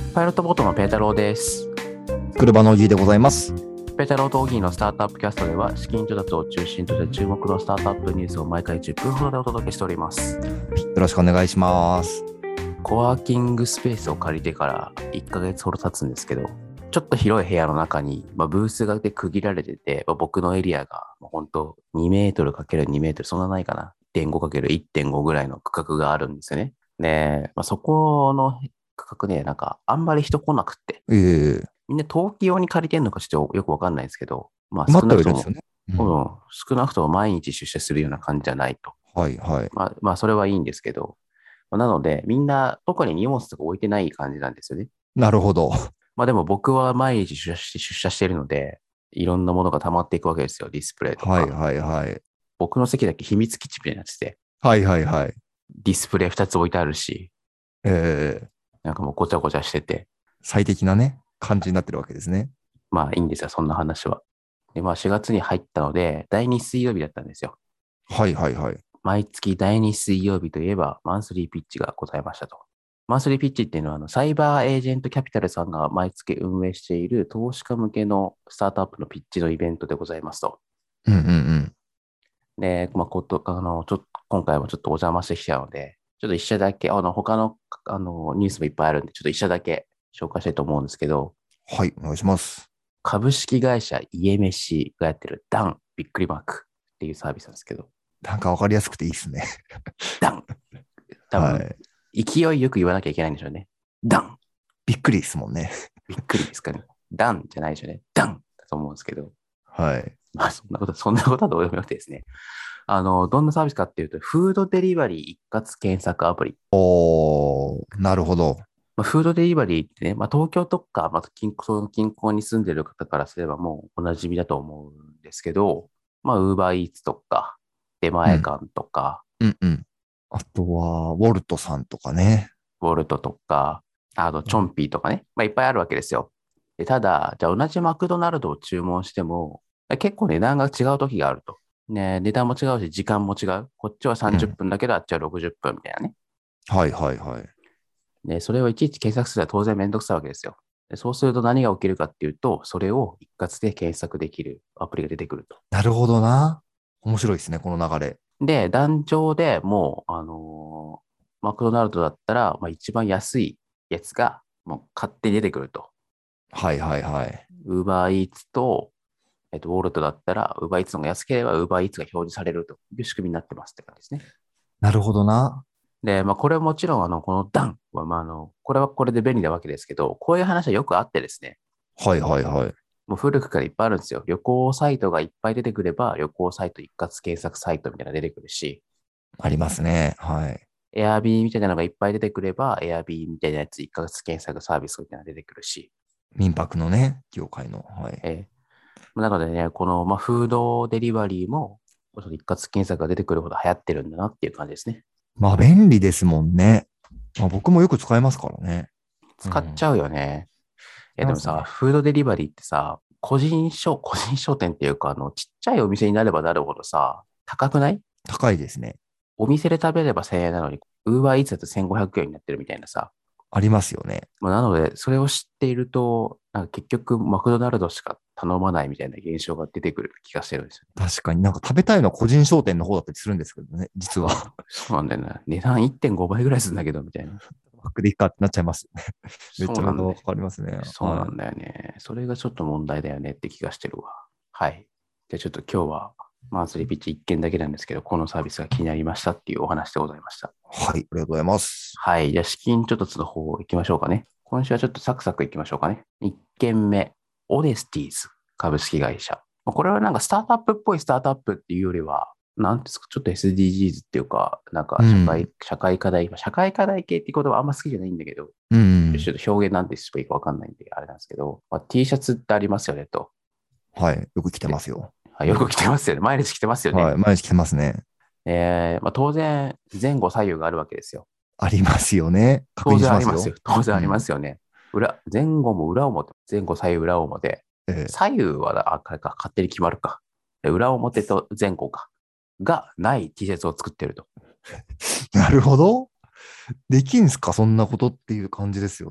パイロットボートのペータローです。 車のおじいでございます。 ペータローとオギーのスタートアップキャストでは、資金調達を中心とした注目のスタートアップニュースを毎回10分ほどでお届けしております。 よろしくお願いします。 コワーキングスペースを借りてから1ヶ月ほど経つんですけど、ちょっと広い部屋の中に、ブースがで区切られてて、僕のエリアが本当2メートル ×2 メートル、そんなないかな。1.5×1.5 ぐらいの区画があるんですよね。で、そこの区画ね、なんかあんまり人来なくて。みんな冬季用に借りてんのかちょっとよくわかんないですけど、少なくとも、少なくとも毎日出社するような感じじゃないと。 はいはい。 それはいいんですけど、なので、みんな特に荷物とか置いてない感じなんですよね。 なるほど。 でも僕は毎日出社しているので、いろんなものが溜まっていくわけですよ。ディスプレイとか。 はいはいはい。 僕の席だけ秘密基地みたいになってて。 はいはいはい。 ディスプレイ2つ置いてあるし、なんかもうごちゃごちゃしてて。 最適なね、感じになってるわけですね。 いいんですよ、そんな話は。で、4月に入ったので、第2水曜日だったんですよ。 はいはいはい。 毎月第2水曜日といえば、マンスリーピッチがございましたと。マンスリーピッチっていうのは、サイバーエージェントキャピタルさんが毎月運営している投資家向けのスタートアップのピッチのイベントでございますと。で、今回もちょっとお邪魔してきたので、ちょっと一社だけ、他の、ニュースもいっぱいあるんで、ちょっと一社だけ紹介したいと思うんですけど、 はい、お願いします。 株式会社家飯がやってるダンびっくりマークっていうサービスなんですけど。 なんかわかりやすくていいですね。 ダン多分、勢いよく言わなきゃいけないんでしょうね。ダンびっくりですもんね。 びっくりですかね。ダンじゃないでしょうね。ダンだと思うんですけど。 はい。 そんなことはどうでもよくてですね。どんなサービスかっていうと、フードデリバリー一括検索アプリ。 なるほど。 フードデリバリーってね、東京とか、近郊に住んでる方からすればもうお馴染みだと思うんですけど、ウーバーイーツとか、出前館とか、 あとは、ウォルトさんとかね。 ウォルトとか、チョンピーとかね、いっぱいあるわけですよ。でただ、じゃあ同じマクドナルドを注文しても、結構値段が違う時があると。ね、値段も違うし、時間も違う。こっちは30分だけど、あっちは60分みたいなね。 はいはいはい。 で、それをいちいち検索するのは当然めんどくさいわけですよ。でそうすると何が起きるかっていうと、それを一括で検索できるアプリが出てくると。 なるほどな。面白いですね、この流れ。 で、壇上でもう、マクドナルドだったら、一番安いやつがもう勝手に出てくると。 はいはいはい。 ウーバーイーツと、ウォルトだったら、ウーバーイーツの方が安ければ、ウーバーイーツが表示されるという仕組みになってますって感じですね。 なるほどな。 で、これはもちろん、このダンは、これはこれで便利なわけですけど、こういう話はよくあってですね。 はいはいはい。 もう古くからいっぱいあるんですよ。旅行サイトがいっぱい出てくれば、旅行サイト一括検索サイトみたいなのが出てくるし、 ありますね。はい。 エアビーみたいなのがいっぱい出てくれば、エアビーみたいなやつ一括検索サービスみたいなのが出てくるし。 民泊のね、業界の。はい。 なのでね、この、フードデリバリーも、一括検索が出てくるほど流行ってるんだなっていう感じですね。 便利ですもんね。僕もよく使いますからね。 使っちゃうよね。でもさ、 ますね。 フードデリバリーってさ、個人商店っていうか、ちっちゃいお店になればなるほどさ、高くない？ 高いですね。 お店で食べれば1000円なのに、ウーバーイーツだと1500円になってるみたいなさ。 ありますよね。 なので、それを知っていると、なんか結局、マクドナルドしか頼まないみたいな現象が出てくる気がしてるんですよ。 確かになんか食べたいのは個人商店の方だったりするんですけどね、実は。 そうなんだよね。値段1.5倍ぐらいするんだけど、みたいな。 マックでいいかってなっちゃいますね。めっちゃそうなんだよ。 わかりますね。 そうなんだよね。それがちょっと問題だよねって気がしてるわ。はい。じゃあちょっと今日は、マンスリーピッチ1件だけなんですけど、このサービスが気になりましたっていうお話でございました。 はい、ありがとうございます。 はい。じゃあ資金調達の方行きましょうかね。今週はちょっとサクサク行きましょうかね。1件目、オデスティーズ株式会社。これはなんかスタートアップっぽいスタートアップっていうよりは、なんですか、ちょっと SDGs っていうか、なんか社会課題系っていうことはあんま好きじゃないんだけど、ちょっと表現なんてすればいいかわかんないんで、あれなんですけど、T シャツってありますよねと。 はい、よく着てますよ。 よく着てますよね。毎日着てますよね。 はい、毎日着てますね。 当然、前後左右があるわけですよ。 ありますよね。確当認しますよ。 然ありますよ。当然ありますよね。前後も裏表、前後左右裏表。左右は、あれか、勝手に決まるか。裏表と前後か。がない T シャツを作ってると。 なるほど。できんすかそんなことっていう感じですよね。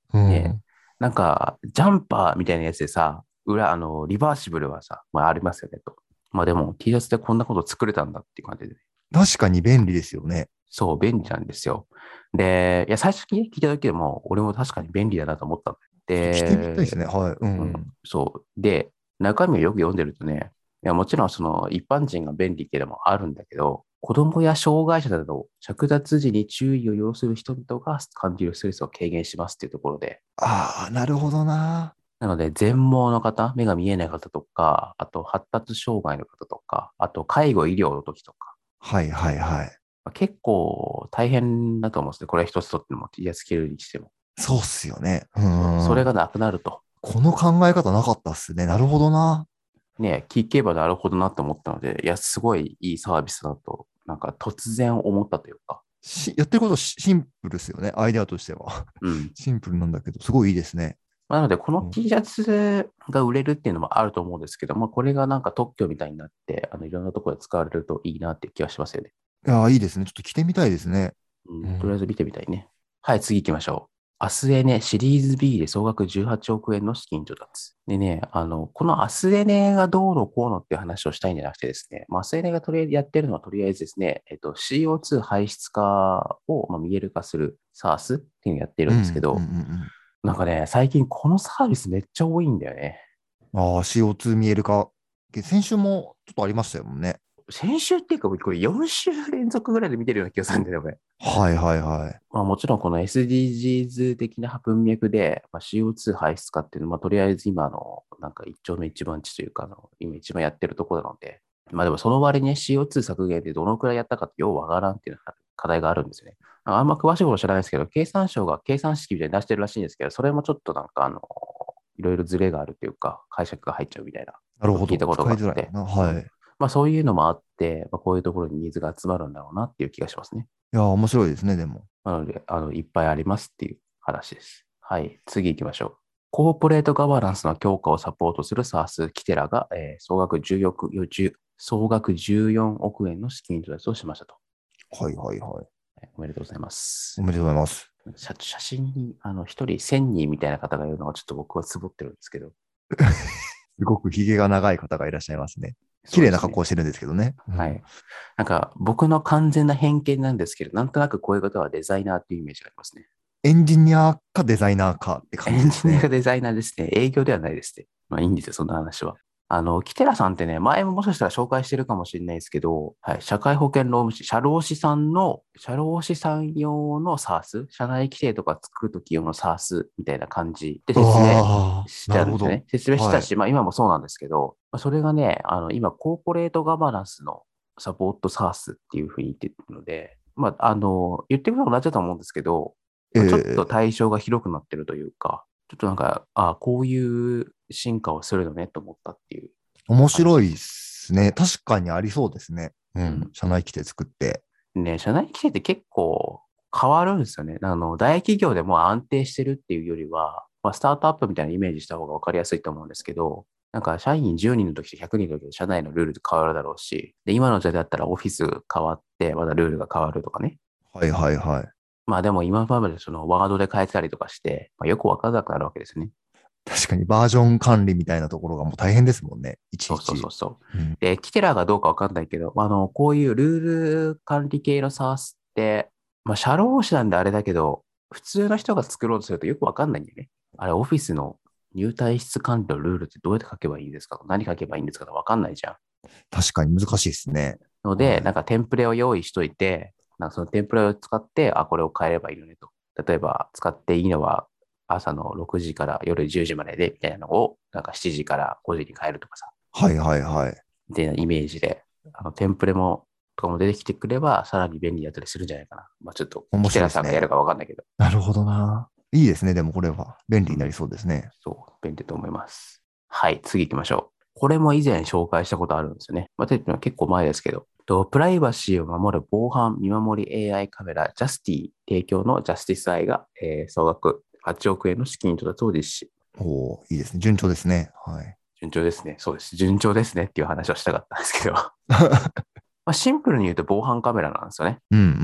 うね、 ん。 なんか、ジャンパーみたいなやつでさ、リバーシブルはさ、まあありますよねと。まあでも T シャツでこんなこと作れたんだっていう感じで、 確かに便利ですよね。 そう、便利なんですよ。で、いや、最初に聞いた時でも、俺も確かに便利だなと思ったの。 ちょっと着てみたいですで、 ね。はい。ううん、 ん。 そう。で、中身をよく読んでるとね、いや、もちろんその一般人が便利っていうのもあるんだけど、子供や障害者など着脱時に注意を要する人々が感じるストレスを軽減しますっていうところで、 ああ、なるほどな。 なので、全盲の方、目が見えない方とか、あと発達障害の方とか、あと介護医療の時とか、 はいはいはい。 結構大変だと思うんですね。これ一つとっても T シャツ着るにしても。 そうっすよね。うそう、それん。 がなくなると。 この考え方なかったっすね。なるほどな。 ね、聞けばなるほどなって思ったので、いや、すごいいいサービスだと、なんか突然思ったというか、 やってることシンプルですよね。アイデアとしては。 うん。 シンプルなんだけど、すごいいいですね。 なので、このうん、 T シャツが売れるっていうのもあると思うんですけど、まあ、これがなんか特許みたいになって、いろんなところで使われるといいなっていう気がしますよね。 いやー、いいですね。ちょっと着てみたいですね。 うん、とりあえうん。 ず見てみたいね。はい、次行きましょう。アスエネシリーズ B で総額18億円の資金調達。でね、このアスエネがどうのこうのっていう話をしたいんじゃなくてですね、まあ、アスエネがとりあえずやってるのはとりあえずですね、CO2 排出化を、まあ、見える化する SARS っていうのをやってるうん、うん、 んですけど、 うん。 なんかね、最近このサービスめっちゃ多いんだよね。 ああ、CO2 見える化。先週もちょっとありましたよね。 先週っていうか、これ4週連続ぐらいで見てるような気がするんだよね、これ。 はいはいはい。 まあ、もちろんこの SDGs 的な文脈で、まあ、CO2 排出化っていうのは、まあ、とりあえず今のなんか一丁目一番地というか今一番やってるところなので、まあでもその割にね CO2 削減でどのくらいやったかってようわからんっていう課題があるんですよね。あんま詳しいこと知らないですけど、経産省が計算式みたいに出してるらしいんですけど、それもちょっとなんかいろいろズレがあるというか、解釈が入っちゃうみたいななるほど。 ことを聞いたこと使があって、 いづらいのかな。 うん。 はい。いまあそういうのもあって、まあ、こういうところにニーズが集まるんだろうなっていう気がしますね。 やー、面白いですね、でも。 なので、いっぱいありますっていう話です。はい、次行きましょう。コーポレートガバナンスの強化をサポートする SaaS キテラが、総額14億円の資金調達をしましたと。 はいはいはい。 おめでとうございます。 おめでとうございます。 写真に、一人1000人みたいな方がいるのがちょっと僕はつぼってるんですけど、 すごくひげが長い方がいらっしゃいますね。綺そうですね。 麗な格好をしてるんですけどね。うん、 はい。なんか、僕の完全な偏見なんですけど、なんとなくこういう方はデザイナーっていうイメージがありますね。 エンジニアかデザイナーかってエ感じンジニアがですね。 デザイナーですね。営業ではないですね。まあいいんですよ、そんな話は。キテラさんってね、前ももしかしたら紹介してるかもしれないですけど、はい、社会保険労務士、社労士さん用の SARS、社内規定とか作るとき用の SARS みたいな感じでう説明わあ、 しなるほど。 たんですよね。説明してはい。 たし、まあ今もそうなんですけど、まあ、それがね、今、コーポレートガバナンスのサポート SARS っていうふうに言ってるので、まあ、言ってることも同じだと思うんですけど、 えまあ、ちょっとー、 対象が広くなってるというか、ちょっとなんか、こういう進化をするのねと思ったっていう面白いで話です。 すね。確かにありそうですね。うん。 うん。 社内規定作って。 ね、社内規定って結構変わるんですよね。大企業でも安定してるっていうよりは、まあ、スタートアップみたいなイメージした方が分かりやすいと思うんですけど、なんか社員10人の時と100人の時で社内のルールって変わるだろうし、で、今の時代だったらオフィス変わって、まだルールが変わるとかね。 はいはいはい。 まあでも今までそのワードで変えてたりとかして、まあ、よく分からなくなるわけですね。 確かにバージョン管理みたいなところがもう大変ですもんね。いちそうそうそういち。 そう。 うん。 で、キテラがどうかわかんないけど、こういうルール管理系のサースって、まあ、社労士なんであれだけど、普通の人が作ろうとするとよくわかんないんだよね。あれ、オフィスの入退室管理のルールってどうやって書けばいいんですか、何書けばいいんですかわかんないじゃん。 確かに難しいですね。 ので、 はい。 なんかテンプレを用意しといて、なんかそのテンプレを使って、これを変えればいいのねと。例えば、使っていいのは朝の6時から夜10時までで、みたいなのを、なんか7時から5時に変えるとかさ。 はいはいはい。 みたいなイメージで、テンプレとかも出てきてくれば、さらに便利だったりするんじゃないかな。まあちょっと、 面キテ白いですね。 ラさんがやるかわかんないけど、 なるほどな。いいですね。でもこれは便利うん、 になりそうですね。 そう、便利だと思います。はい、次行きましょう。これも以前紹介したことあるんですよね。まあ、といっても結構前ですけど、プライバシーを守る防犯見守り AI カメラ、ジャスティ提供のジャスティスアイが、総額8億円の資金調達を実施。 おお、いいですね。順調ですね。はい。 順調ですね。そうです。順調ですねっていう話をしたかったんですけど、まあ、シンプルに言うと防犯カメラなんですよね。 うんうん。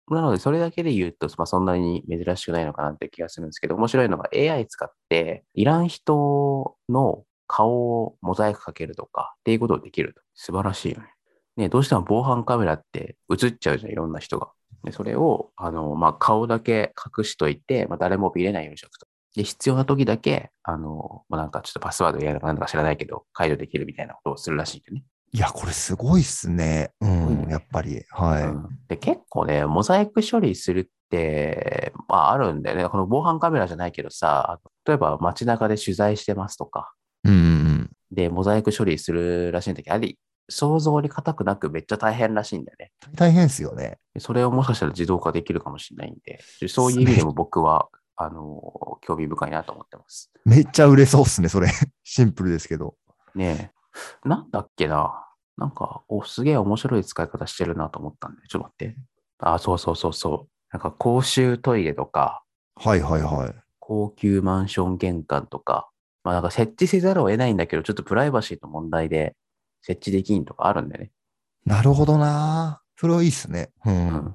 なので、それだけで言うと、そんなに珍しくないのかなって気がするんですけど、面白いのが AI 使って、いらん人の顔をモザイクかけるとかっていうことをできると。素晴らしいよね。ね、どうしても防犯カメラって映っちゃうじゃん、いろんな人が。で、それを、顔だけ隠しといて、誰も見れないようにしとくと。で、必要な時だけ、なんかちょっとパスワードやるなんだか知らないけど、解除できるみたいなことをするらしいんだよね。 いや、これすごいっすね。うん、やっすごいよね。 ぱり。はい。 うん。で、結構ね、モザイク処理するって、あるんだよね。この防犯カメラじゃないけどさ、例えば街中で取材してますとか、 うんうんで、モザイク処理するらしいんだけど、あれ、想像に難くなくめっちゃ大変らしいんだよね。 うん。大変ですよね。 でそれをもしかしたら自動化できるかもしれないんで、そういう意味でめ、 も僕は、興味深いなと思ってます。 めっちゃ売れそうっすね、それ。シンプルですけど。 ねえ。なんだっけな。なんか、すげえ面白い使い方してるなと思ったんで、ちょっと待って。あ、そうそうそうそう。なんか公衆トイレとか、 はいはいはい。 高級マンション玄関とか、なんか設置せざるを得ないんだけど、ちょっとプライバシーの問題で設置できんとかあるんだよね。 なるほどな。それはいいっすね。うん。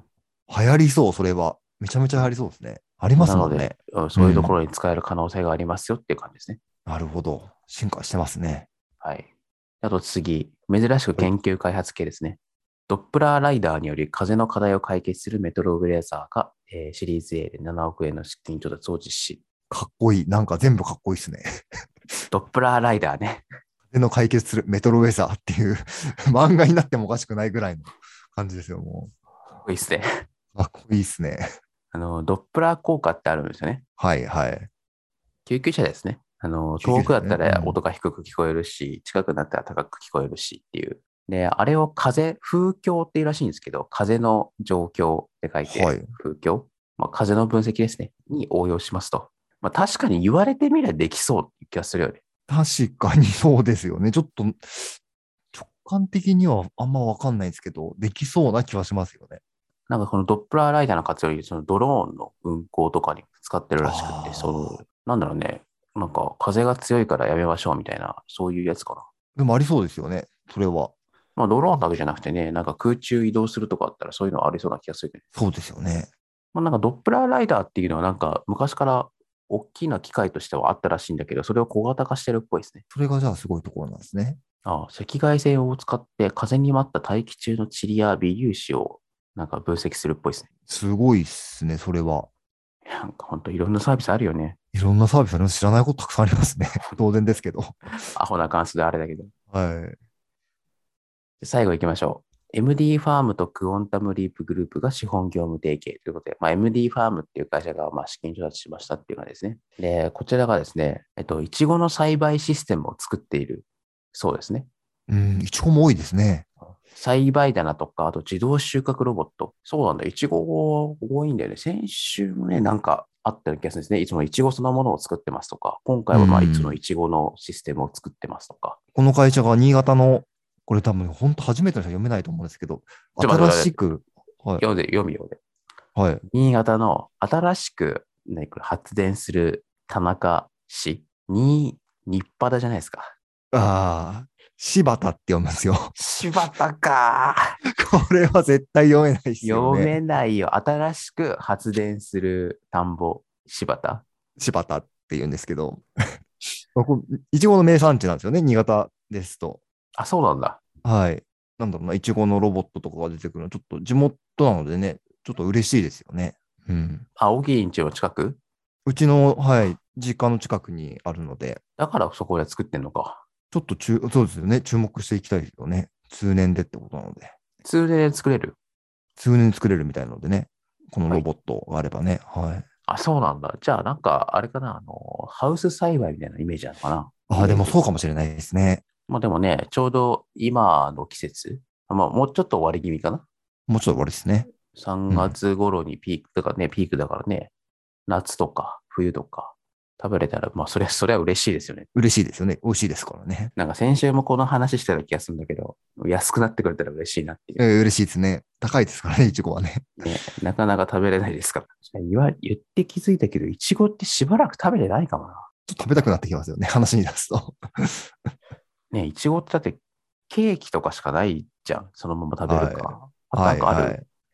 うん。 流行りそう、それは。めちゃめちゃ流行りそうですね。ありなので、 ますもんね。 そういうとこうん。 ろに使える可能性がありますよっていう感じですね。 なるほど。進化してますね。 はい。あと次、珍しくはい。 研究開発系ですね。ドップラーライダーにより風の課題を解決するメトロブレーザーが、シリーズ A で7億円の資金調達を実施。 かっこいい。なんか全部かっこいいっすね。 ドップラーライダーね。 での解決するメトロウェザーっていう漫画になってもおかしくないぐらいの感じですよ、もいいっすね。 う。かっこいいっすね。 ドップラー効果ってあるんですよね。 はいはい。 救急車ですね。 救急車ですね。 遠くだったうん。 ら音が低く聞こえるし、近くなったら高く聞こえるしっていう。で、あれを風況っていうらしいんですけど、風の状況って書いてはい。 風況、風の分析ですね、に応用しますと。確かに言われてみればできそうって気がするよね。 確かにそうですよね。ちょっと直感的にはあんまわかんないですけど、できそうな気はしますよね。 なんかこのドップラーライダーの活用より、そのドローンの運航とかに使ってるらしくて、 ああ。 なんだろうね、なんか風が強いからやめましょうみたいな、そういうやつかな。 でもありそうですよね。それは。 ドローンだけじゃなくてね、なんか空中移動するとかあったらそういうのありそうな気がするけどね。 そうですよね。 なんかドップラーライダーっていうのはなんか昔から大きな機械としてはあったらしいんだけど、それを小型化してるっぽいですね。 それがじゃあすごいところなんですね。 赤外線を使って風に舞った大気中の塵や微粒子をなんか分析するっぽいですね。 すごいっすね、それは。 なんか本当いろんなサービスあるよね。 いろんなサービスあります。知らないことたくさんありますね。当然ですけど。 アホな関数であれだけど。 はい。 最後行きましょう。MD ファームとクオンタムリープグループが資本業務提携ということで、MD ファームっていう会社が資金調達しましたっていう感じですね。で、こちらがですね、いちごの栽培システムを作っているそうですね。 うん、イチゴも多いですね。 栽培棚とか、あと自動収穫ロボット。そうなんだ。いちご多いんだよね。先週もね、なんかあったような気がするんですね。いつもいちごそのものを作ってますとか、今回うはいつもいん。 ちごのシステムを作ってますとか。 この会社が新潟の、これ多分本当初めての人は読めないと思うんですけど、新ちょっと待って待って、 しく、はい、 読みようで。 はい。 新潟の新しく、ね、これ発電する田中市に、日肌じゃないですか。 ああ、柴田って読むんですよ。 柴田か。 これは絶対読めないですよね。 読めないよ。新しく発電する田んぼ、柴田。 柴田って言うんですけど、これいちごの名産地なんですよね、新潟ですと。 あ、そうなんだ。 はい。なんだろうな、いちごのロボットとかが出てくるの、ちょっと地元なのでね、ちょっと嬉しいですよね。うん。 青木んちの近くうちの、はい、実家の近くにあるので、 だからそこで作ってんのか。 ちょっとそうですよね、注目していきたいですよね。通年でってことなので。 通で作れる。 通年作れるみたいなのでね、このはい。 ロボットがあればね、はい。 あ、そうなんだ。じゃあなんか、あれかな、ハウス栽培みたいなイメージなのかな。 ああ、でもイメージ。 そうかもしれないですね。 でもね、ちょうど今の季節、もうちょっと終わり気味かな。 もうちょっと終わりですね。 3 うん。 月頃にピークとかね、ピークだからね、夏とか冬とか食べれたら、それは嬉しいですよね。 嬉しいですよね。美味しいですからね。 なんか先週もこの話してた気がするんだけど、安くなってくれたら嬉しいなっていう。 嬉しいですね。高いですからね、いちごはね。 ね、なかなか食べれないですから。言って気づいたけど、いちごってしばらく食べれないかもな。 ちょっと食べたくなってきますよね、話に出すと。 ね、いちごってだってケーキとかしかないじゃん。そのまま食べるはい。 か。あとなはい、 んかあるはい。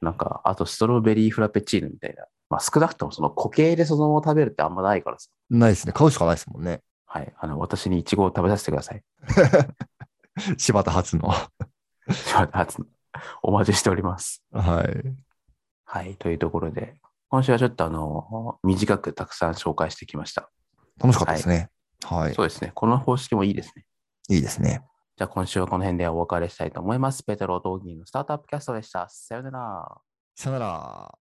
なんか、あとストロベリーフラペチーノみたいな。まあ少なくともその固形でそのまま食べるってあんまないからさ。 ないですね。買うしかないですもんね。 はい。私にイチゴを食べさせてください。 柴田初の。 初のお待ちしております。 はい。 はい。というところで、今週はちょっと短くたくさん紹介してきました。 楽しかったはい。 ですね。はい。 そうですね。この方式もいいですね。 いいですね。 じゃあ今週はこの辺でお別れしたいと思います。ペテロ・ドーギーのスタートアップキャストでした。さよなら。 さよなら。